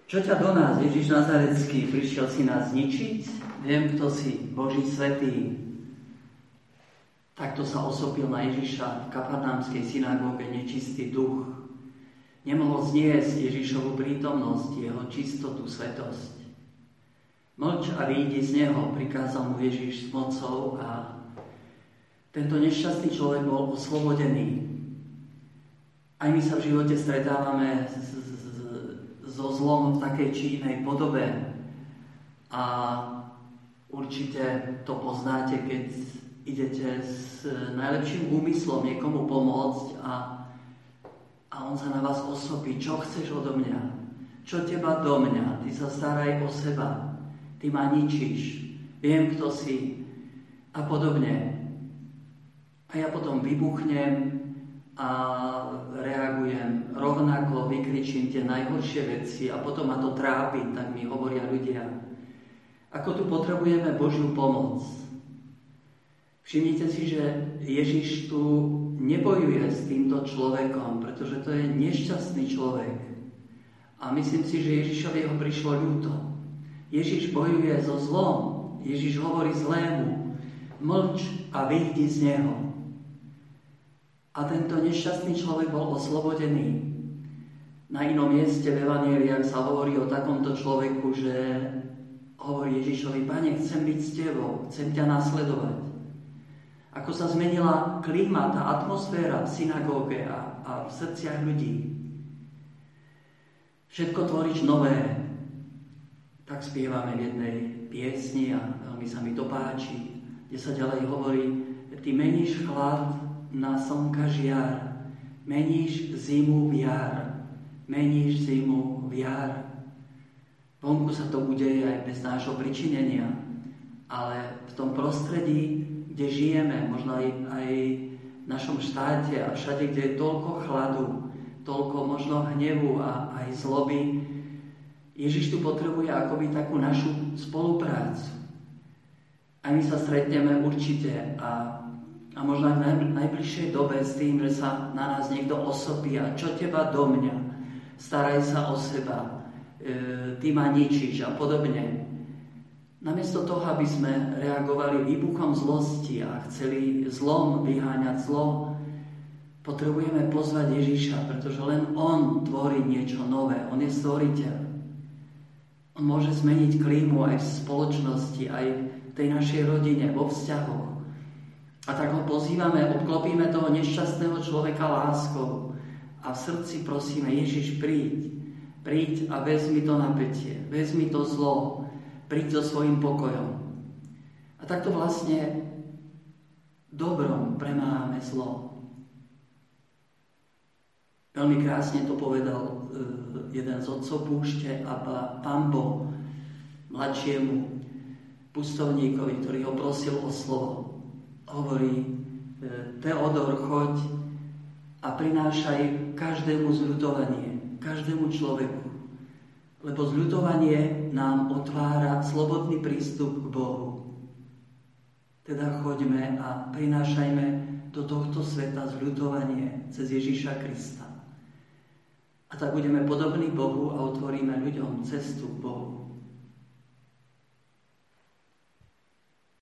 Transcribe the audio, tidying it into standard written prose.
Čo ťa do nás, Ježiš Nazarecký, prišiel si nás zničiť? Viem, kto si, Boží svätý. Takto sa osopil na Ježiša v Kafarnámskej synagóge nečistý duch. Nemohol zniesť Ježišovu prítomnosť, jeho čistotu, svätosť. Mlč a vyjdi z neho, prikázal mu Ježiš s mocou a tento nešťastný človek bol oslobodený. Aj my sa v živote stretávame so zlom v takej či inej podobe a určite to poznáte, keď idete s najlepším úmyslom niekomu pomôcť a on sa na vás osopí. Čo chceš odo mňa? Čo teba do mňa? Ty sa staraj o seba. Ty ma ničíš. Viem, kto si. A podobne. A ja potom vybuchnem a reagujem rovnako, vykričím tie najhoršie veci a potom ma to trápi, tak mi hovoria ľudia. Ako tu potrebujeme Božiu pomoc. Všimnite si, že Ježiš tu nebojuje s týmto človekom, pretože to je nešťastný človek. A myslím si, že Ježišovi ho prišlo ľúto. Ježiš bojuje so zlom. Ježiš hovorí zlému: mlč a vyjdi z neho. A tento nešťastný človek bol oslobodený. Na inom mieste v Evanjeliách sa hovorí o takomto človeku, že hovorí Ježišovi: Pane, chcem byť s tebou, chcem ťa nasledovať. Ako sa zmenila klíma, tá atmosféra v synagóge a v srdciach ľudí. Všetko tvoriť nové. Tak spievame v jednej piesni a veľmi sa mi to páči, kde sa ďalej hovorí: Ty meníš chlad na slnka žiar, meníš zimu v jar, meníš zimu v jar. Vonku sa to udeje aj bez nášho pričinenia, ale v tom prostredí, kde žijeme, možno aj v našom štáte a všade, kde je toľko chladu, toľko možno hnevu a aj zloby, Ježiš tu potrebuje akoby takú našu spoluprácu. A my sa stretneme určite a možno aj v najbližšej dobe s tým, že sa na nás niekto osopí a čo teba do mňa, staraj sa o seba, ty ma ničíš a podobne. Namiesto toho, aby sme reagovali výbuchom zlosti a chceli zlom vyháňať zlo, potrebujeme pozvať Ježiša, pretože len on tvorí niečo nové, on je stvoriteľ. On môže zmeniť klímu aj v spoločnosti, aj v tej našej rodine, vo vzťahoch. A tak ho pozývame, obklopíme toho nešťastného človeka láskou a v srdci prosíme: Ježiš, príď. Príď a vezmi to napätie, vezmi to zlo, príď so svojím pokojom. A takto vlastne dobrom premáhame zlo. Veľmi krásne to povedal jeden z otcov púšte, Abba Pambo, mladšiemu pustovníkovi, ktorý ho prosil o slovo. Hovorí: Teodor, choď a prinášaj každému zľutovanie, každému človeku. Lebo zľutovanie nám otvára slobodný prístup k Bohu. Teda choďme a prinášajme do tohto sveta zľutovanie cez Ježiša Krista. A tak budeme podobní Bohu a otvoríme ľuďom cestu k Bohu.